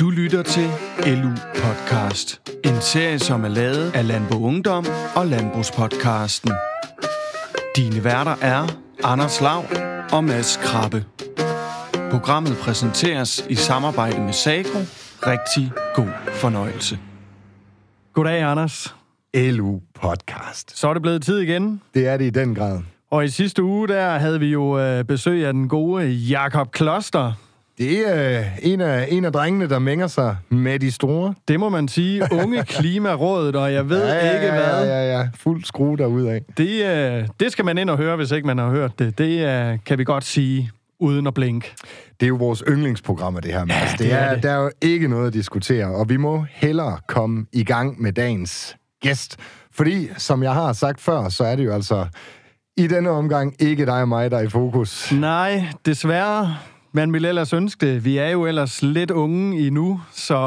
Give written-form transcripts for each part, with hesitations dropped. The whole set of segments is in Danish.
Du lytter til LU Podcast. En serie, som er lavet af Landbrug Ungdom og Landbrugspodcasten. Dine værter er Anders Lav og Mads Krabbe. Programmet præsenteres i samarbejde med Sagro. Rigtig god fornøjelse. Goddag, Anders. LU Podcast. Så er det blevet tid igen. Det er det i den grad. Og i sidste uge, der havde vi jo besøg af den gode Jakob Kloster. Det er en af drengene, der mænger sig med de store. Det må man sige. Unge Klimarådet, og jeg ved ikke hvad. Ja. Fuld skrue derudad. Det skal man ind og høre, hvis ikke man har hørt det. Det kan vi godt sige, uden at blinke. Det er jo vores yndlingsprogrammer, det her. Ja, der er jo ikke noget at diskutere, og vi må hellere komme i gang med dagens gæst. Fordi, som jeg har sagt før, så er det jo altså i denne omgang ikke dig og mig, der er i fokus. Nej, desværre. Man vil ellers ønske det. Vi er jo ellers lidt unge endnu, så...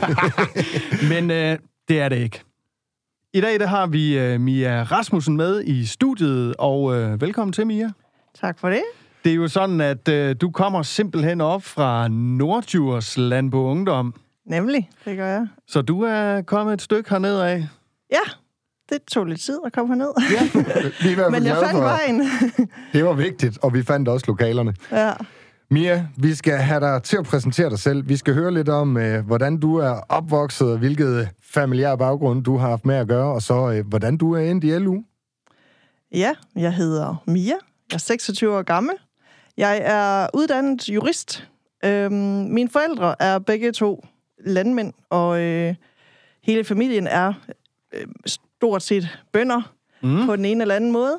Men det er det ikke. I dag der har vi Mia Rasmussen med i studiet, og velkommen til, Mia. Tak for det. Det er jo sådan, at du kommer simpelthen op fra Norddjurs Landbrug Ungdom. Nemlig, det gør jeg. Så du er kommet et stykke herned af? Ja, det tog lidt tid at komme herned. Ja, men jeg fandt vejen. Det var vigtigt, og vi fandt også lokalerne. Ja. Mia, vi skal have dig til at præsentere dig selv. Vi skal høre lidt om, hvordan du er opvokset, og hvilket familiær baggrund du har haft med at gøre, og så hvordan du er endt i LU. Ja, jeg hedder Mia. Jeg er 26 år gammel. Jeg er uddannet jurist. Mine forældre er begge to landmænd, og hele familien er stort set bønder på den ene eller anden måde.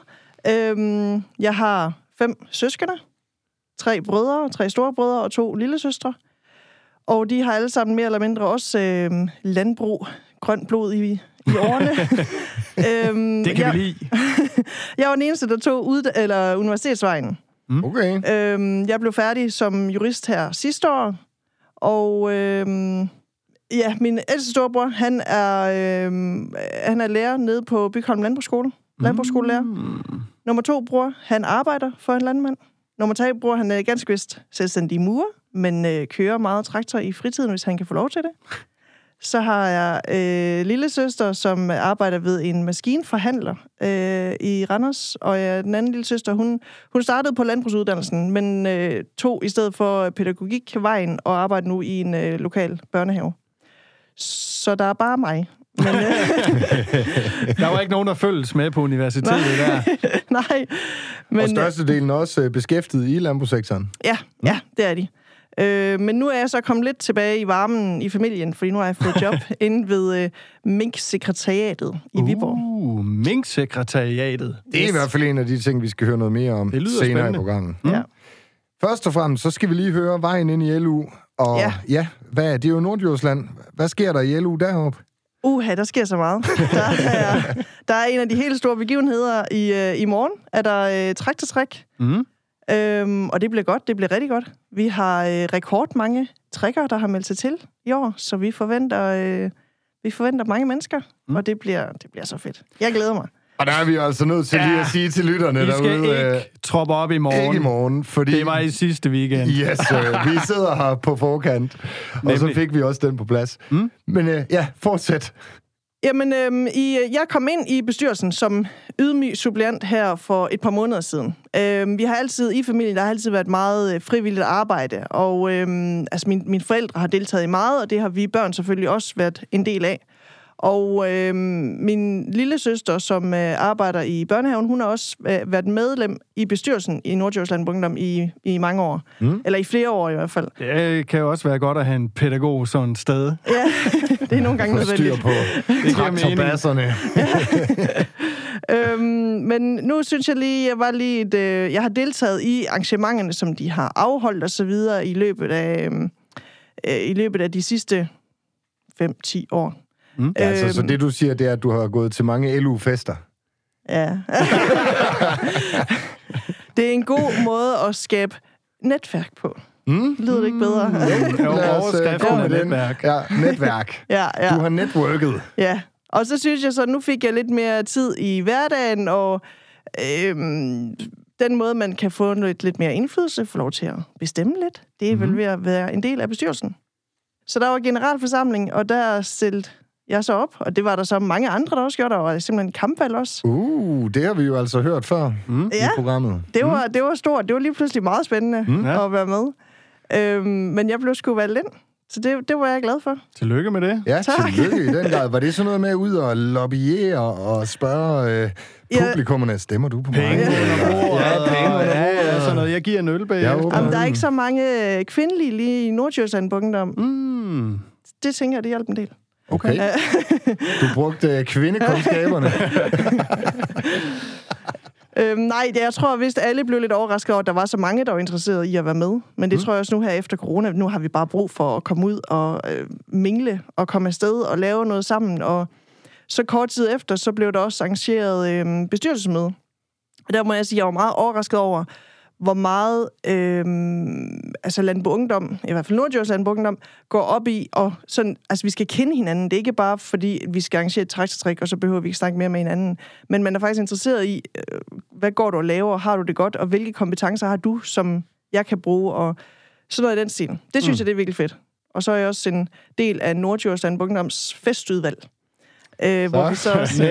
Jeg har 5 søskende. 3 brødre, 3 store brødre og 2 lillesøstre. Og de har alle sammen mere eller mindre også landbrug, grønt blod i årene. Det kan vi lide. Jeg var den eneste, der tog universitetsvejen. Okay. Jeg blev færdig som jurist her sidste år. Og min ældste storebror, han er lærer nede på Bygholm Landbrugsskole. Landbrugsskolelærer. Nummer 2 bror, han arbejder for en landmand. Nummer 3 bror, han er ganske vist selvstændig murer, men kører meget traktor i fritiden, hvis han kan få lov til det. Så har jeg lillesøster, som arbejder ved en maskinforhandler i Randers, og den anden lillesøster, hun startede på landbrugsuddannelsen, men tog i stedet for pædagogikvejen og arbejder nu i en lokal børnehave. Så der er bare mig. Men, der var ikke nogen, der følges med på universitetet der. Nej. Men, og størstedelen også beskæftiget i landbrugssektoren. Ja, det er de. Men nu er jeg så kommet lidt tilbage i varmen i familien, fordi nu har jeg fået job inde ved Mink-sekretariatet i Viborg. Mink-sekretariatet. Det er i hvert fald en af de ting, vi skal høre noget mere om senere spændende i programmet. Ja. Først og fremmest, så skal vi lige høre vejen ind i LU. Og det er jo Norddjursland. Hvad sker der i LU deroppe? Der sker så meget. Der er en af de helt store begivenheder i morgen, er der traktortræk. Og det bliver godt, det bliver rigtig godt. Vi har rekordmange trækkere, der har meldt sig til i år, så vi forventer mange mennesker, og det bliver så fedt. Jeg glæder mig. Og der er vi altså nødt til lige at sige til lytterne derude... Vi skal ikke troppe op i morgen. Ikke i morgen, fordi... Det var i sidste weekend. Yes, vi sidder her på forkant, og så fik vi også den på plads. Men fortsæt. Jamen, jeg kom ind i bestyrelsen som ydmyg suppleant her for et par måneder siden. Vi har altid i familien, der har altid været meget frivilligt arbejde, og mine forældre har deltaget i meget, og det har vi børn selvfølgelig også været en del af. Og min lillesøster, som arbejder i børnehaven, hun har også været medlem i bestyrelsen i Norddjurs Landbrug Ungdom i mange år. Eller i flere år i hvert fald. Det kan jo også være godt at have en pædagog sådan et sted. Ja, det er nogle gange nødvendigt. Styr på traktorbasserne. Men nu synes jeg lige, jeg har deltaget i arrangementerne, som de har afholdt og så videre i løbet af de sidste 5-10 år. Så det du siger, det er, at du har gået til mange LU-fester. Ja. Det er en god måde at skabe netværk på. Lyder det ikke bedre? Overskriften med netværk. Ja, netværk. Ja. Du har networket. Ja, og så synes jeg så, nu fik jeg lidt mere tid i hverdagen, og den måde, man kan få lidt mere indflydelse, få lov til at bestemme lidt, det er vel ved at være en del af bestyrelsen. Så der var generalforsamling, og der stillede jeg så op, og det var der så mange andre, der også gjorde. Der var simpelthen kampvalg også. Det har vi jo altså hørt før i programmet. Det var stort. Det var lige pludselig meget spændende at være med. Men jeg blev sgu valgt ind. Så det var jeg glad for. Tillykke med det. Ja, tillykke i den grad. Var det sådan noget med ud og lobbyere og spørge publikummerne, stemmer du på mig? Penge under bordet. Ja, sådan noget. Jeg giver en øl bagefter. Jamen, der er ikke så mange kvindelige lige i Norddjursland Ungdom. Det tænker jeg, det hjalp en del. Okay. Du brugte kvindekundskaberne. Nej, jeg tror vist, alle blev lidt overrasket over, at der var så mange, der var interesseret i at være med. Men det tror jeg også nu her efter corona. Nu har vi bare brug for at komme ud og mingle og komme afsted og lave noget sammen. Og så kort tid efter, så blev der også arrangeret bestyrelsesmøde. Og der må jeg sige, at jeg var meget overrasket over, hvor meget Landbo Ungdom, i hvert fald Norddjurs Landbo Ungdom, går op i, og sådan, altså vi skal kende hinanden. Det er ikke bare fordi, vi skal arrangere et traktortræk, og så behøver vi ikke snakke mere med hinanden. Men man er faktisk interesseret i, hvad går du og laver, har du det godt, og hvilke kompetencer har du, som jeg kan bruge, og sådan noget i den stil. Det synes jeg, det er virkelig fedt. Og så er jeg også en del af Norddjurs Landbo Ungdoms festudvalg. Hvor vi så også...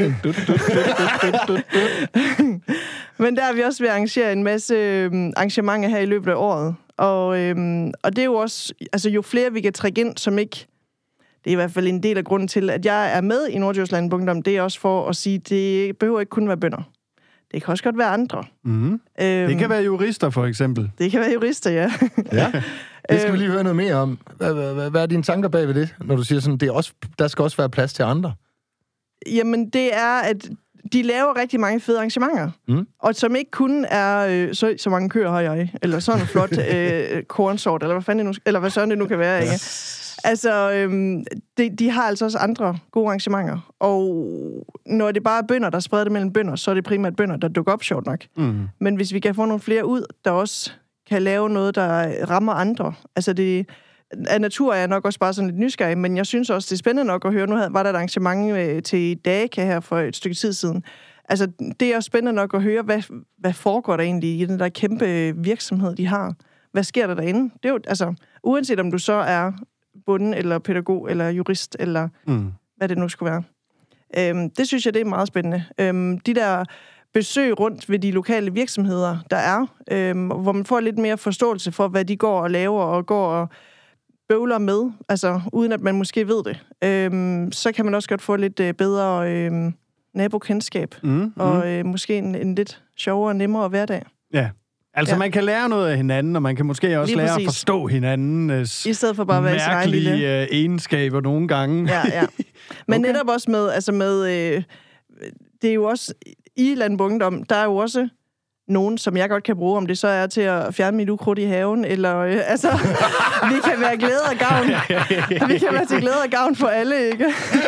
Men der er vi også ved at arrangere en masse arrangementer her i løbet af året. Og det er jo også... Altså, jo flere vi kan trække ind, som ikke... Det er i hvert fald en del af grunden til, at jeg er med i Norddjurs Landbo Ungdom. Det er også for at sige, det behøver ikke kun være bønder. Det kan også godt være andre. Det kan være jurister, for eksempel. Det kan være jurister, ja. Ja. Det skal vi lige høre noget mere om. Hvad er dine tanker bag ved det, når du siger sådan, der skal også være plads til andre? Jamen, det er, at de laver rigtig mange fede arrangementer. Og som ikke kun er, så mange køer har jeg, eller sådan en flot kornsort, eller hvad fanden det nu, eller hvad sådan det nu kan være, ikke? Altså, de har altså også andre gode arrangementer. Og når det bare er bønder, der spreder det mellem bønder, så er det primært bønder, der dukker op, sjovt nok. Men hvis vi kan få nogle flere ud, der også kan lave noget, der rammer andre. Altså, af natur er jeg nok også bare sådan lidt nysgerrig, men jeg synes også, det er spændende nok at høre. Nu var der et arrangement til Daka her for et stykke tid siden. Altså, det er også spændende nok at høre, hvad foregår der egentlig i den der kæmpe virksomhed, de har. Hvad sker der derinde? Det er jo, altså, uanset om du så er bonde, eller pædagog, eller jurist, eller hvad det nu skulle være. Det synes jeg, det er meget spændende. De der besøg rundt ved de lokale virksomheder, der er, hvor man får lidt mere forståelse for, hvad de går og laver, og går og bøvler med, altså uden at man måske ved det. Så kan man også godt få lidt bedre nabokendskab, og måske en lidt sjovere og nemmere hverdag. Ja. Altså, man kan lære noget af hinanden, og man kan måske også lære at forstå hinandens i stedet for bare at være mærkelige egenskaber nogle gange. Ja. Men netop også med, det er jo også, i Landbo Ungdom, der er jo også nogen, som jeg godt kan bruge, om det så er til at fjerne mit ukrudt i haven, eller vi kan være glæde og gavn. Vi kan være til glæde og gavn for alle, ikke?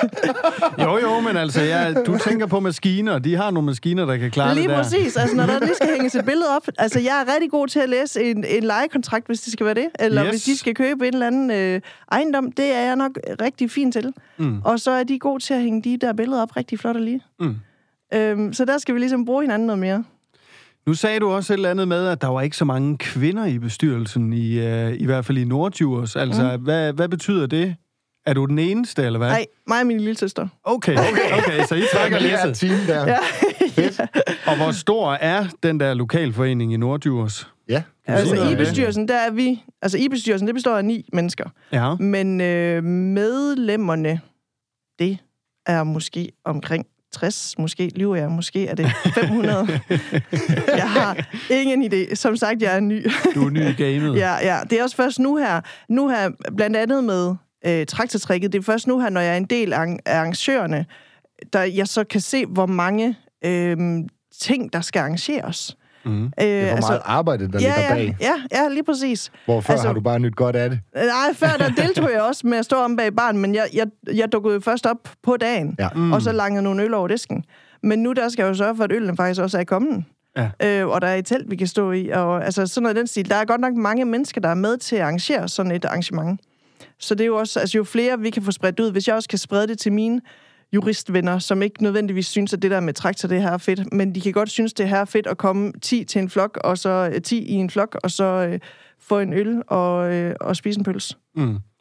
Jo, men altså, du tænker på maskiner. De har nogle maskiner, der kan klare det der. Lige præcis. Altså, når der lige skal hænges et billede op. Altså, jeg er rigtig god til at læse en lejekontrakt, hvis det skal være det. Eller hvis de skal købe en eller anden ejendom. Det er jeg nok rigtig fin til. Og så er de gode til at hænge de der billeder op rigtig flot og lige. Så der skal vi ligesom bruge hinanden noget mere. Nu sagde du også et eller andet med, at der var ikke så mange kvinder i bestyrelsen, i hvert fald i Norddjurs. Altså, hvad betyder det? Er du den eneste, eller hvad? Nej, mig og min lille søster. Okay, så I trækker læsset. Team der. Ja. Og hvor stor er den der lokalforening i Norddjurs? Ja. Altså, i bestyrelsen, der er vi... Altså, i bestyrelsen, det består af 9 mennesker. Ja. Men medlemmerne, det er måske omkring 60, måske lyver jeg, måske er det 500. Jeg har ingen idé. Som sagt, jeg er ny. Du er ny i gamet. Ja. Det er også først nu her blandt andet med traktortrækket, det er først nu her, når jeg er en del af arrangørerne, der jeg så kan se, hvor mange ting, der skal arrangeres. Hvor meget arbejde, der ligger bag. Ja, lige præcis. Hvor før har du bare nyt godt af det? Nej, før der deltog jeg også med at stå om bag baren, men jeg dukkede jo først op på dagen, og så langede nogle øl over disken. Men nu der skal jeg jo sørge for, at øllen faktisk også er kommet. Ja. Og der er et telt, vi kan stå i. Og altså sådan noget i den stil. Der er godt nok mange mennesker, der er med til at arrangere sådan et arrangement. Så det er jo også, altså jo flere vi kan få spredt ud, hvis jeg også kan sprede det til mine juristvenner, som ikke nødvendigvis synes, at det der med traktor, det her er fedt, men de kan godt synes, det her er fedt at komme 10 til en flok, og så 10 i en flok, og så få en øl og spise en pølse.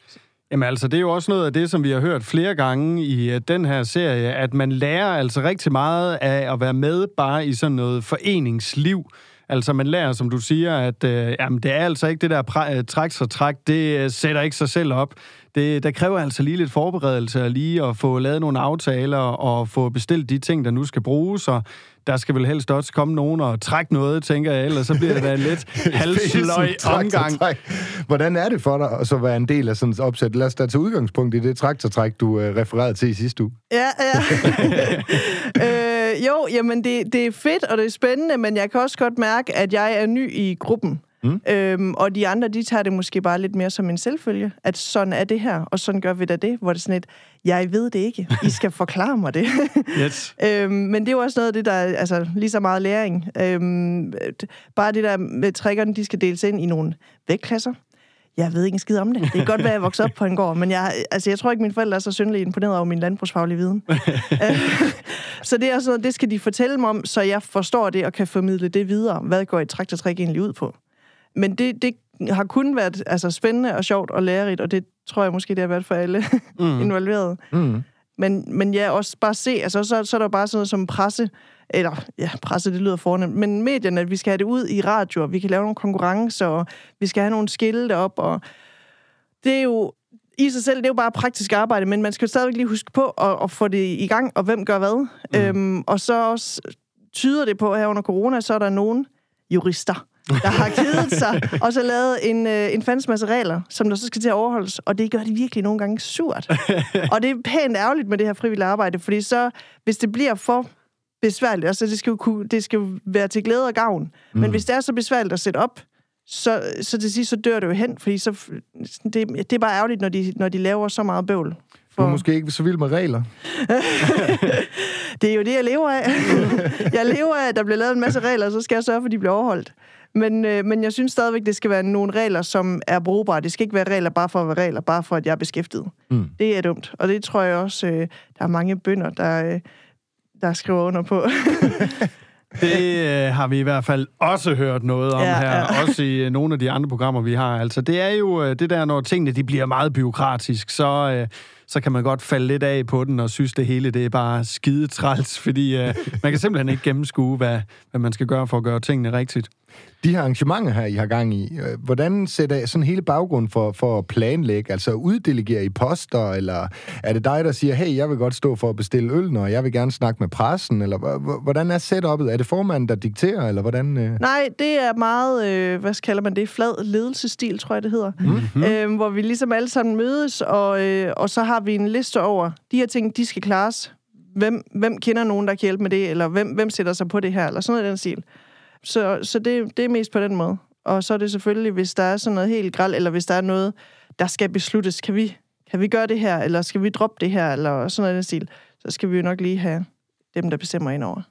Jamen altså, det er jo også noget af det, som vi har hørt flere gange i den her serie, at man lærer altså rigtig meget af at være med bare i sådan noget foreningsliv. Altså, man lærer, som du siger, at jamen, det er altså ikke det der træk, det sætter ikke sig selv op. Der kræver altså lige lidt forberedelse, lige at få lavet nogle aftaler og få bestilt de ting, der nu skal bruges, og der skal vel helst også komme nogen og trække noget, tænker jeg, ellers så bliver det da en lidt halvsløj omgang. Hvordan er det for dig at så være en del af sådan et opsæt? Lad os da tage udgangspunkt i det traktortræk, du refererede til i sidste uge. Ja. Jo, jamen det er fedt, og det er spændende, men jeg kan også godt mærke, at jeg er ny i gruppen. Og de andre, de tager det måske bare lidt mere som en selvfølge, at sådan er det her, og sådan gør vi da det, hvor det er sådan et, jeg ved det ikke, I skal forklare mig det. Yes. Men det er jo også noget af det, der er altså, lige så meget læring. Bare det der med trækkerne, de skal deles ind i nogle vægtklasser. Jeg ved ikke en skid om det. Det kan godt være, at jeg voksede op på en gård, men jeg tror ikke, mine forældre er så synderligt imponeret over min landbrugsfaglige viden. Så det er også noget, det skal de fortælle mig om, så jeg forstår det og kan formidle det videre. Hvad går et traktortræk egentlig ud på? Men det har kun været altså, spændende og sjovt og lærerigt, og det tror jeg måske, det har været for alle involverede. Men ja, også bare se, altså så er der bare sådan noget som presse, det lyder fornemt, men medierne, at vi skal have det ud i radio, og vi kan lave nogle konkurrencer, og vi skal have nogle skilte op, og det er jo i sig selv, det er jo bare praktisk arbejde, men man skal jo stadigvæk lige huske på at få det i gang, og hvem gør hvad. Og så også tyder det på, her under corona, så er der nogle jurister, der har kedet sig, og så lavet en fandens masse regler, som der så skal til at overholdes, og det gør det virkelig nogle gange surt. Og det er pænt ærgerligt med det her frivillige arbejde, fordi så, hvis det bliver for besværligt, altså det skal jo være til glæde og gavn, men hvis det er så besværligt at sætte op, så til sidst så dør det jo hen, fordi så, det er bare ærgerligt, når de laver så meget bøvl. Du er måske ikke så vild med regler. Det er jo det, jeg lever af. Jeg lever af, at der bliver lavet en masse regler, og så skal jeg sørge for, at de bliver overholdt. Men jeg synes stadigvæk, det skal være nogle regler, som er brugbare. Det skal ikke være regler bare for at være regler, bare for at jeg er beskæftiget. Det er dumt. Og det tror jeg også, der er mange bønder, der skriver under på. Det har vi i hvert fald også hørt noget om her, også i nogle af de andre programmer, vi har. Altså, det er jo det der, når tingene de bliver meget bureaukratisk, så kan man godt falde lidt af på den og synes, det hele det er bare skide træls, fordi man kan simpelthen ikke gennemskue, hvad man skal gøre for at gøre tingene rigtigt. De her arrangementer her, I har gang i, hvordan sætter sådan hele baggrunden for at planlægge? Altså uddelegere i poster, eller er det dig, der siger, hey, jeg vil godt stå for at bestille øl, og jeg vil gerne snakke med pressen, eller hvordan er setupet? Er det formanden, der dikterer, eller hvordan? Nej, det er meget, hvad kalder man det, flad ledelsesstil, tror jeg, det hedder. Hvor vi ligesom alle sammen mødes, og så har vi en liste over de her ting, de skal klares. Hvem kender nogen, der kan hjælpe med det, eller hvem sætter sig på det her, eller sådan noget i den stil. Så det er mest på den måde. Og så er det selvfølgelig, hvis der er sådan noget helt grelt, eller hvis der er noget, der skal besluttes, kan vi gøre det her, eller skal vi droppe det her, eller sådan noget i den stil, så skal vi jo nok lige have dem, der bestemmer indover.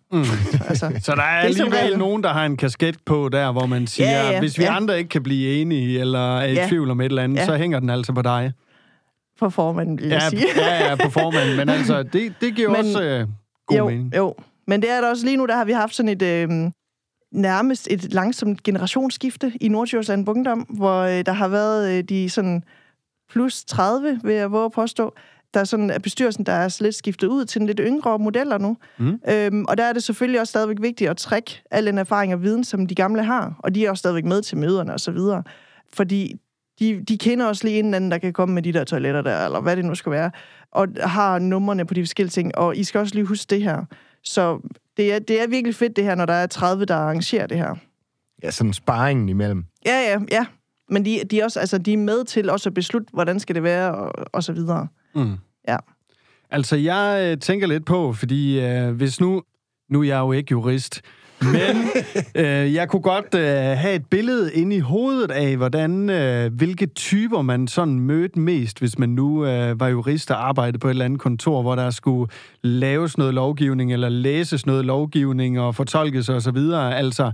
Så der er alligevel nogen, der har en kasket på der, hvor man siger, hvis vi andre ikke kan blive enige, eller er i tvivl om et eller andet, så hænger den altså på dig. På formanden, vil jeg sige. Ja, på formanden, men altså, det giver også god mening. Jo, men det er der også lige nu, der har vi haft sådan et nærmest et langsomt generationsskifte i Norddjursland Ungdom, hvor der har været de sådan plus 30, vil jeg våge at påstå. Der er sådan, at bestyrelsen, der er lidt skiftet ud til en lidt yngre modeller nu. Og der er det selvfølgelig også stadigvæk vigtigt at trække al den erfaring og viden, som de gamle har, og de er også stadigvæk med til møderne og så videre. Fordi de kender også lige en anden, der kan komme med de der toiletter der, eller hvad det nu skal være, og har numrene på de forskellige ting, og I skal også lige huske det her. Så det er virkelig fedt det her, når der er 30, der arrangerer det her. Ja, sådan sparringen imellem. Ja. Men de er også, altså, de er med til også at beslutte, hvordan skal det være, og så videre. Ja. Altså, jeg tænker lidt på, fordi hvis nu er jeg jo ikke jurist, men jeg kunne godt have et billede inde i hovedet af, hvilke typer man sådan mødte mest, hvis man nu var jurist og arbejdede på et eller andet kontor, hvor der skulle laves noget lovgivning, eller læses noget lovgivning og fortolkes og så videre. Altså,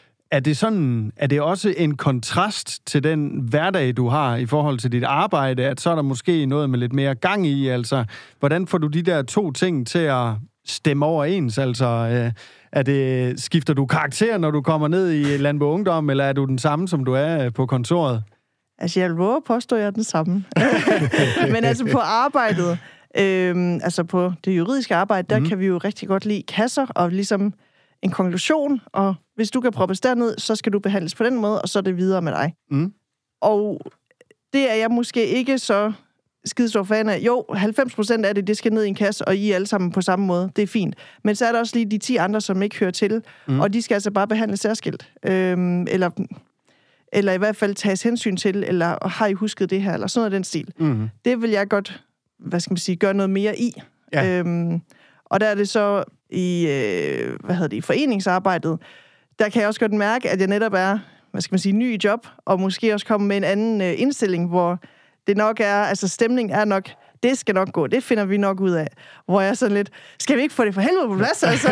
er det også en kontrast til den hverdag, du har i forhold til dit arbejde, at så er der måske noget med lidt mere gang i? Altså, hvordan får du de der to ting til at stemme overens? Altså, skifter du karakter, når du kommer ned i Landbo Ungdom, eller er du den samme, som du er på kontoret? Altså, jeg vil våge at påstå, at jeg er den samme. Men altså på arbejdet, altså på det juridiske arbejde, der kan vi jo rigtig godt lide kasser og ligesom en konklusion, og hvis du kan proppes derned, så skal du behandles på den måde, og så er det videre med dig. Og det er jeg måske ikke så skidestor fan af. Jo, 90% af det skal ned i en kasse, og I er alle sammen på samme måde. Det er fint. Men så er der også lige de 10 andre, som ikke hører til, og de skal altså bare behandles særskilt. Eller i hvert fald tages hensyn til, eller har I husket det her, eller sådan noget den stil. Det vil jeg godt, gøre noget mere i. Ja. Og der er det så i, i foreningsarbejdet, der kan jeg også godt mærke, at jeg netop er, ny i job, og måske også komme med en anden indstilling, hvor det nok er, altså stemningen er nok, det skal nok gå, det finder vi nok ud af. Hvor jeg er sådan lidt, skal vi ikke få det for helvede på plads, altså?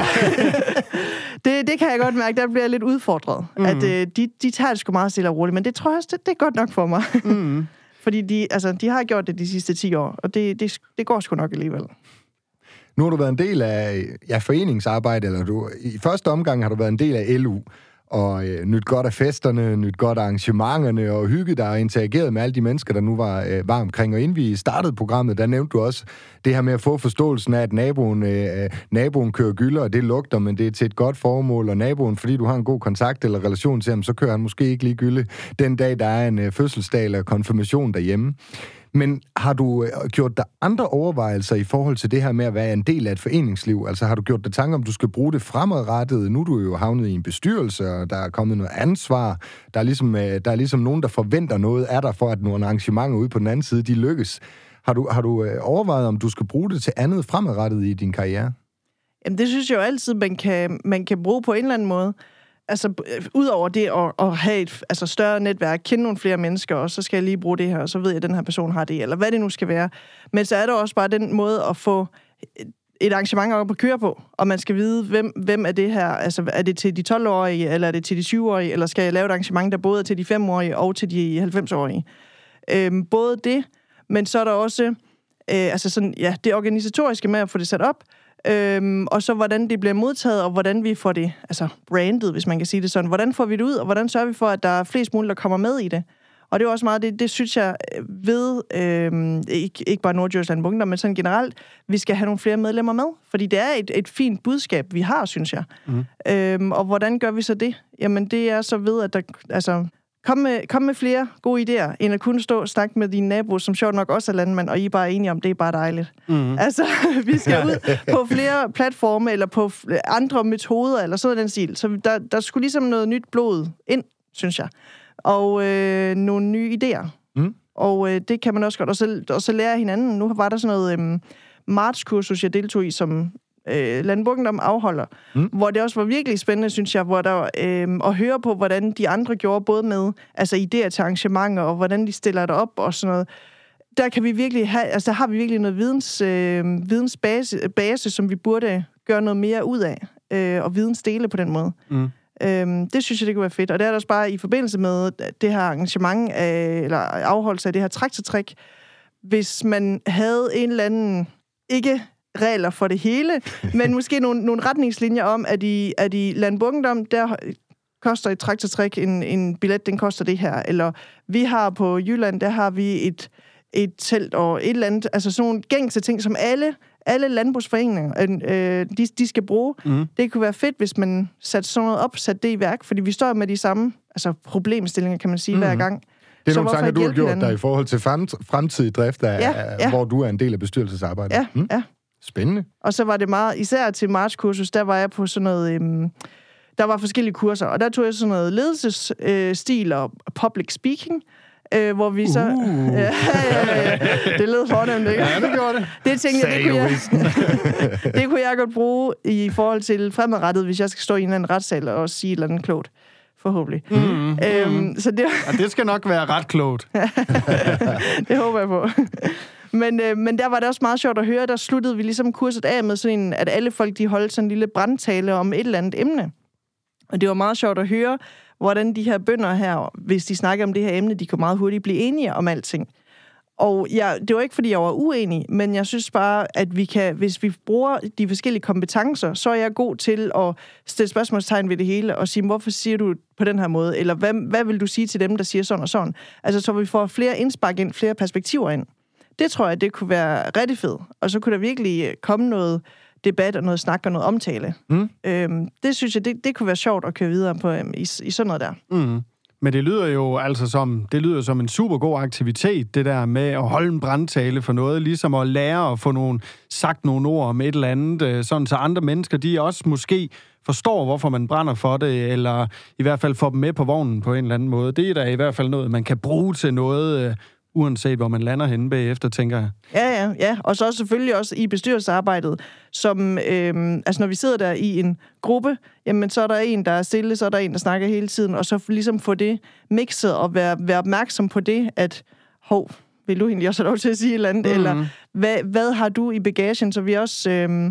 det kan jeg godt mærke, der bliver jeg lidt udfordret. At de tager det sgu meget stille og roligt, men det tror jeg også, det er godt nok for mig. Fordi de har gjort det de sidste 10 år, og det går sgu nok alligevel. Nu har du været en del af foreningsarbejde, eller i første omgang har du været en del af LU, og nyt godt af festerne, nyt godt af arrangementerne, og hygget dig og interageret med alle de mennesker, der nu var omkring. Og inden vi startede programmet, der nævnte du også det her med at få forståelsen af, at naboen kører gylder, og det lugter, men det er til et godt formål, og naboen, fordi du har en god kontakt eller relation til ham, så kører han måske ikke lige gylde den dag, der er en fødselsdag eller konfirmation derhjemme. Men har du gjort dig andre overvejelser i forhold til det her med at være en del af et foreningsliv? Altså har du gjort dig tanker om, du skal bruge det fremadrettet? Nu er du jo havnet i en bestyrelse, og der er kommet noget ansvar. Der er ligesom nogen, der forventer noget af dig, for at nogle arrangementer ude på den anden side, de lykkes. Har du overvejet, om du skal bruge det til andet fremadrettet i din karriere? Jamen det synes jeg jo altid, man kan bruge på en eller anden måde. Altså, udover det at have et større netværk, kende nogle flere mennesker, og så skal jeg lige bruge det her, og så ved jeg, at den her person har det, eller hvad det nu skal være. Men så er der også bare den måde at få et arrangement op at køre på, og man skal vide, hvem er det her, altså er det til de 12-årige, eller er det til de 7-årige, eller skal jeg lave et arrangement, der både er til de 5-årige og til de 90-årige. Både det, men så er der også det organisatoriske med at få det sat op, og så hvordan det bliver modtaget, og hvordan vi får det brandet, hvis man kan sige det sådan. Hvordan får vi det ud, og hvordan sørger vi for, at der er flest muligt, der kommer med i det? Og det er også meget det synes jeg ved, ikke bare Norddjursland Ungdom, men sådan generelt, vi skal have nogle flere medlemmer med. Fordi det er et fint budskab, vi har, synes jeg. Og hvordan gør vi så det? Jamen det er så ved, at der... Kom med flere gode idéer, end at kunne stå og snakke med dine naboer, som sjovt nok også er landmand, og I er bare enige om, det er bare dejligt. Altså, vi skal ud på flere platforme, eller på andre metoder, eller sådan den stil. Så der skulle ligesom noget nyt blod ind, synes jeg. Og nogle nye idéer. Og det kan man også godt. Og så lære hinanden. Nu var der sådan noget martskursus, jeg deltog i, som Landbrug Ungdom afholder, hvor det også var virkelig spændende, synes jeg, hvor der at høre på, hvordan de andre gjorde, både med idéer til arrangementer, og hvordan de stiller det op, og sådan noget. Der kan vi virkelig have, der har vi virkelig noget vidensbase, som vi burde gøre noget mere ud af, og vidensdele på den måde. Det synes jeg, det kunne være fedt. Og det er der også bare i forbindelse med det her arrangement, eller afholdelse af det her traktortræk, hvis man havde en eller anden, ikke regler for det hele, men måske nogle retningslinjer om, at i Landbrug Ungdom, der koster et traktortræk en billet, den koster det her. Eller vi har på Jylland, der har vi et telt og et eller andet, altså sådan nogle gængse ting, som alle landbrugsforeninger, de skal bruge. Det kunne være fedt, hvis man satte sådan noget op, satte det i værk, fordi vi står med de samme problemstillinger, kan man sige, hver gang. Det er nogle tanker, du har gjort dig i forhold til fremtidig drift, hvor du er en del af bestyrelsesarbejdet. Ja. Spændende. Og så var det meget, især til martskursus, der var jeg på sådan noget, der var forskellige kurser, og der tog jeg sådan noget ledelsesstil og public speaking, hvor vi så... Ja. Det lød fornemt, ikke? Ja, det gjorde det. Det tænkte jeg, det kunne jeg godt bruge i forhold til fremadrettet, hvis jeg skal stå i en eller anden retssal og sige et eller andet klogt. Forhåbentlig. Så det skal nok være ret klogt. Det håber jeg på. Men der var det også meget sjovt at høre, der sluttede vi ligesom kurset af med sådan en, at alle folk, de holdt sådan en lille brandtale om et eller andet emne. Og det var meget sjovt at høre, hvordan de her bønder her, hvis de snakker om det her emne, de kunne meget hurtigt blive enige om alting. Og det var ikke, fordi jeg var uenig, men jeg synes bare, at vi kan, hvis vi bruger de forskellige kompetencer, så er jeg god til at stille spørgsmålstegn ved det hele og sige, hvorfor siger du på den her måde? Eller hvad vil du sige til dem, der siger sådan og sådan? Altså, så vi får flere indspark ind, flere perspektiver ind. Det tror jeg, det kunne være rigtig fedt. Og så kunne der virkelig komme noget debat og noget snak og noget omtale. Det synes jeg, det kunne være sjovt at køre videre på i sådan noget der. Men det lyder jo altså som en super god aktivitet, det der med at holde en brandtale for noget, ligesom at lære at få sagt nogle ord om et eller andet, sådan så andre mennesker, de også måske forstår, hvorfor man brænder for det, eller i hvert fald får dem med på vognen på en eller anden måde. Det er da i hvert fald noget, man kan bruge til noget, uanset hvor man lander henne bagefter, tænker jeg. Ja. Og så selvfølgelig også i bestyrelsesarbejdet, som, altså når vi sidder der i en gruppe, jamen så er der en, der er stille, så er der en, der snakker hele tiden, og så ligesom få det mixet og være opmærksom på det, at vil du egentlig også have lov til at sige et eller andet, eller hvad har du i bagagen, så vi også...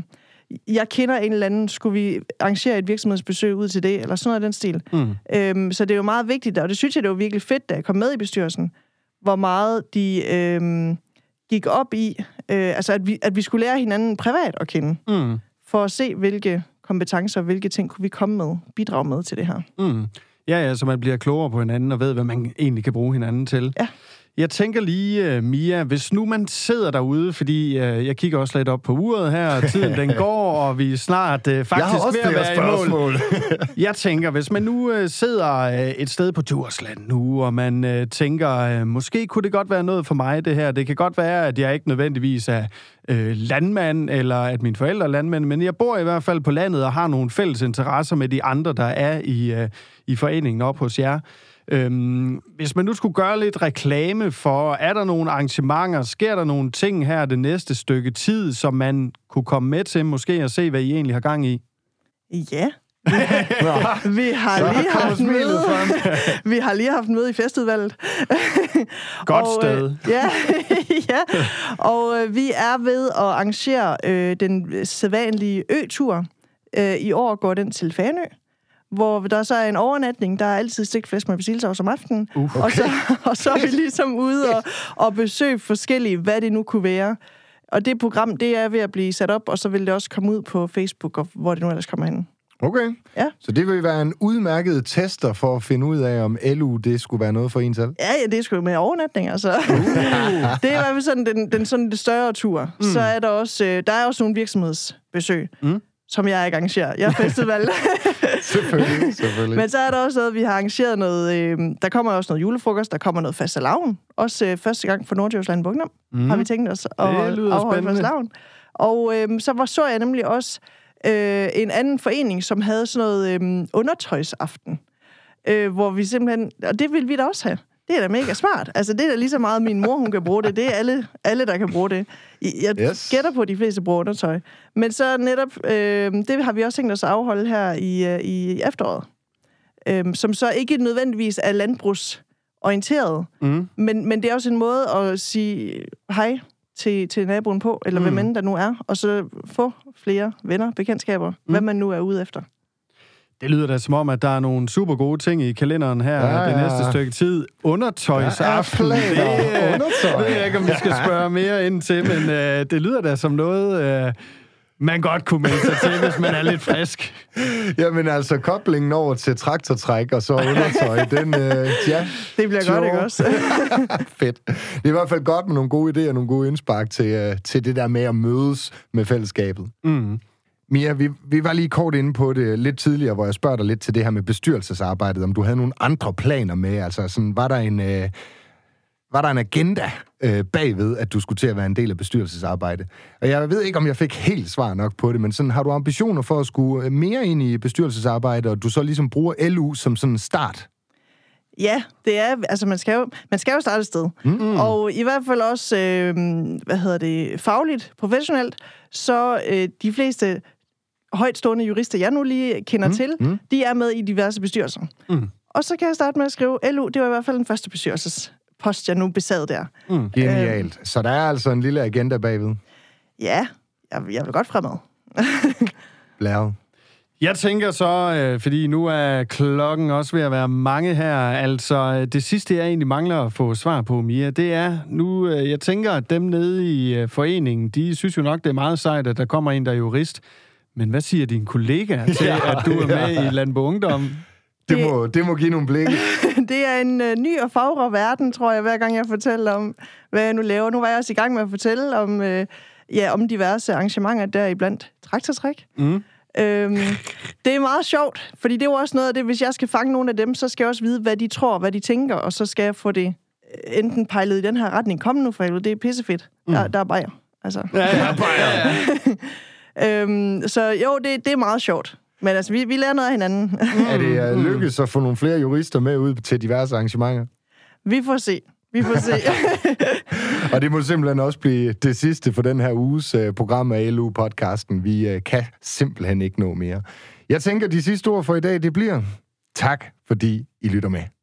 jeg kender en eller anden, skulle vi arrangere et virksomhedsbesøg ud til det, eller sådan noget af den stil. Så det er jo meget vigtigt, og det synes jeg, det var virkelig fedt, da jeg kom med i bestyrelsen, hvor meget de gik op i, altså at vi skulle lære hinanden privat at kende, for at se, hvilke kompetencer og hvilke ting kunne vi komme med, bidrage med til det her. Ja, så man bliver klogere på hinanden og ved, hvad man egentlig kan bruge hinanden til. Ja. Jeg tænker lige, Mia, hvis nu man sidder derude, fordi jeg kigger også lidt op på uret her, og tiden den går, og vi er snart faktisk ved at være i mål. Jeg tænker, hvis man nu sidder et sted på Djursland nu, og man tænker, måske kunne det godt være noget for mig, det her. Det kan godt være, at jeg ikke nødvendigvis er landmand, eller at mine forældre er landmænd, men jeg bor i hvert fald på landet og har nogle fælles interesser med de andre, der er i foreningen op hos jer. Hvis man nu skulle gøre lidt reklame for, er der nogle arrangementer, sker der nogle ting her det næste stykke tid, som man kunne komme med til, måske at se, hvad I egentlig har gang i? Ja. Vi har lige haft møde i festudvalget. Godt sted. Ja. Og vi er ved at arrangere den sædvanlige ø-tur. I år går den til Fanø, hvor der så er en overnatning. Der er altid stikflæsk med persillesovs om aftenen. Okay. Og så er vi ligesom ude og besøge forskellige, hvad det nu kunne være. Og det program, det er ved at blive sat op, og så vil det også komme ud på Facebook, og hvor det nu ellers kommer hen. Okay. Ja. Så det vil være en udmærket tester for at finde ud af, om LU det skulle være noget for en selv? Ja, det er sgu med overnatning, altså. Det er i hvert fald sådan det større tur. Så er der også, nogle virksomhedsbesøg, som jeg ikke arrangerer. Jeg er festival. Selvfølgelig. Men så er der også noget, vi har arrangeret noget... der kommer også noget julefrokost, der kommer noget fastelavn. Også første gang for Nordjylland Ungdom, har vi tænkt os at afholde fastelavn. Og så jeg nemlig også en anden forening, som havde sådan noget undertøjsaften. Hvor vi simpelthen... Og det vil vi da også have. Det er da mega smart. Altså, det er da lige så meget, min mor, hun kan bruge det. Det er alle der kan bruge det. Jeg gætter på, at de fleste bruger undertøj. Men så netop, det har vi også tænkt os at afholde her i efteråret. Som så ikke nødvendigvis er landbrugsorienteret. Men det er også en måde at sige hej til naboen på, eller hvem end der nu er, og så få flere venner, bekendtskaber, hvad man nu er ude efter. Det lyder da som om, at der er nogle super gode ting i kalenderen her det næste stykke tid. Undertøjsaften. Undertøj. Det ved jeg ikke, om vi skal spørge mere ind til, men det lyder da som noget, man godt kunne melde sig til, hvis man er lidt frisk. Jamen altså, koblingen over til traktortræk og så undertøj, den, det bliver godt, ikke også? Fedt. Det er i hvert fald godt med nogle gode idéer, nogle gode indspark til det der med at mødes med fællesskabet. Mia, vi var lige kort inde på det lidt tidligere, hvor jeg spørger dig lidt til det her med bestyrelsesarbejdet, om du havde nogle andre planer med, altså sådan, var der en agenda bagved, at du skulle til at være en del af bestyrelsesarbejdet? Og jeg ved ikke, om jeg fik helt svar nok på det, men sådan, har du ambitioner for at skulle mere ind i bestyrelsesarbejdet, og du så ligesom bruger LU som sådan en start? Ja, det er, altså man skal jo starte et sted. Og i hvert fald også, fagligt, professionelt, så de fleste højtstående jurister, jeg nu lige kender til, de er med i diverse bestyrelser. Og så kan jeg starte med at skrive, LU, det var i hvert fald den første bestyrelsespost, jeg nu besad der. Genialt. Så der er altså en lille agenda bagved? Ja, jeg vil godt fremad. Læret. Jeg tænker så, fordi nu er klokken også ved at være mange her, altså det sidste, jeg egentlig mangler at få svar på, Mia, det er nu, jeg tænker, at dem nede i foreningen, de synes jo nok, det er meget sejt, at der kommer en, der er jurist. Men hvad siger dine kollegaer til, at du er med i Landbo Ungdom? Det må give nogle blikke. Det er en ny og fagre verden, tror jeg, hver gang jeg fortæller om, hvad jeg nu laver. Nu var jeg også i gang med at fortælle om diverse arrangementer deriblandt traktortræk. Det er meget sjovt, fordi det er jo også noget af det, hvis jeg skal fange nogle af dem, så skal jeg også vide, hvad de tror, hvad de tænker, og så skal jeg få det enten pejlet i den her retning. Kom nu, for det er pissefedt. Der er bajer. Altså. Ja, bajer. Så jo, det er meget sjovt. Men altså, vi lærer noget af hinanden. Er det lykkes at få nogle flere jurister med ud til diverse arrangementer? Vi får se. Og det må simpelthen også blive det sidste for den her uges program af LU-podcasten. Vi kan simpelthen ikke nå mere. Jeg tænker, de sidste ord for i dag, det bliver tak, fordi I lytter med.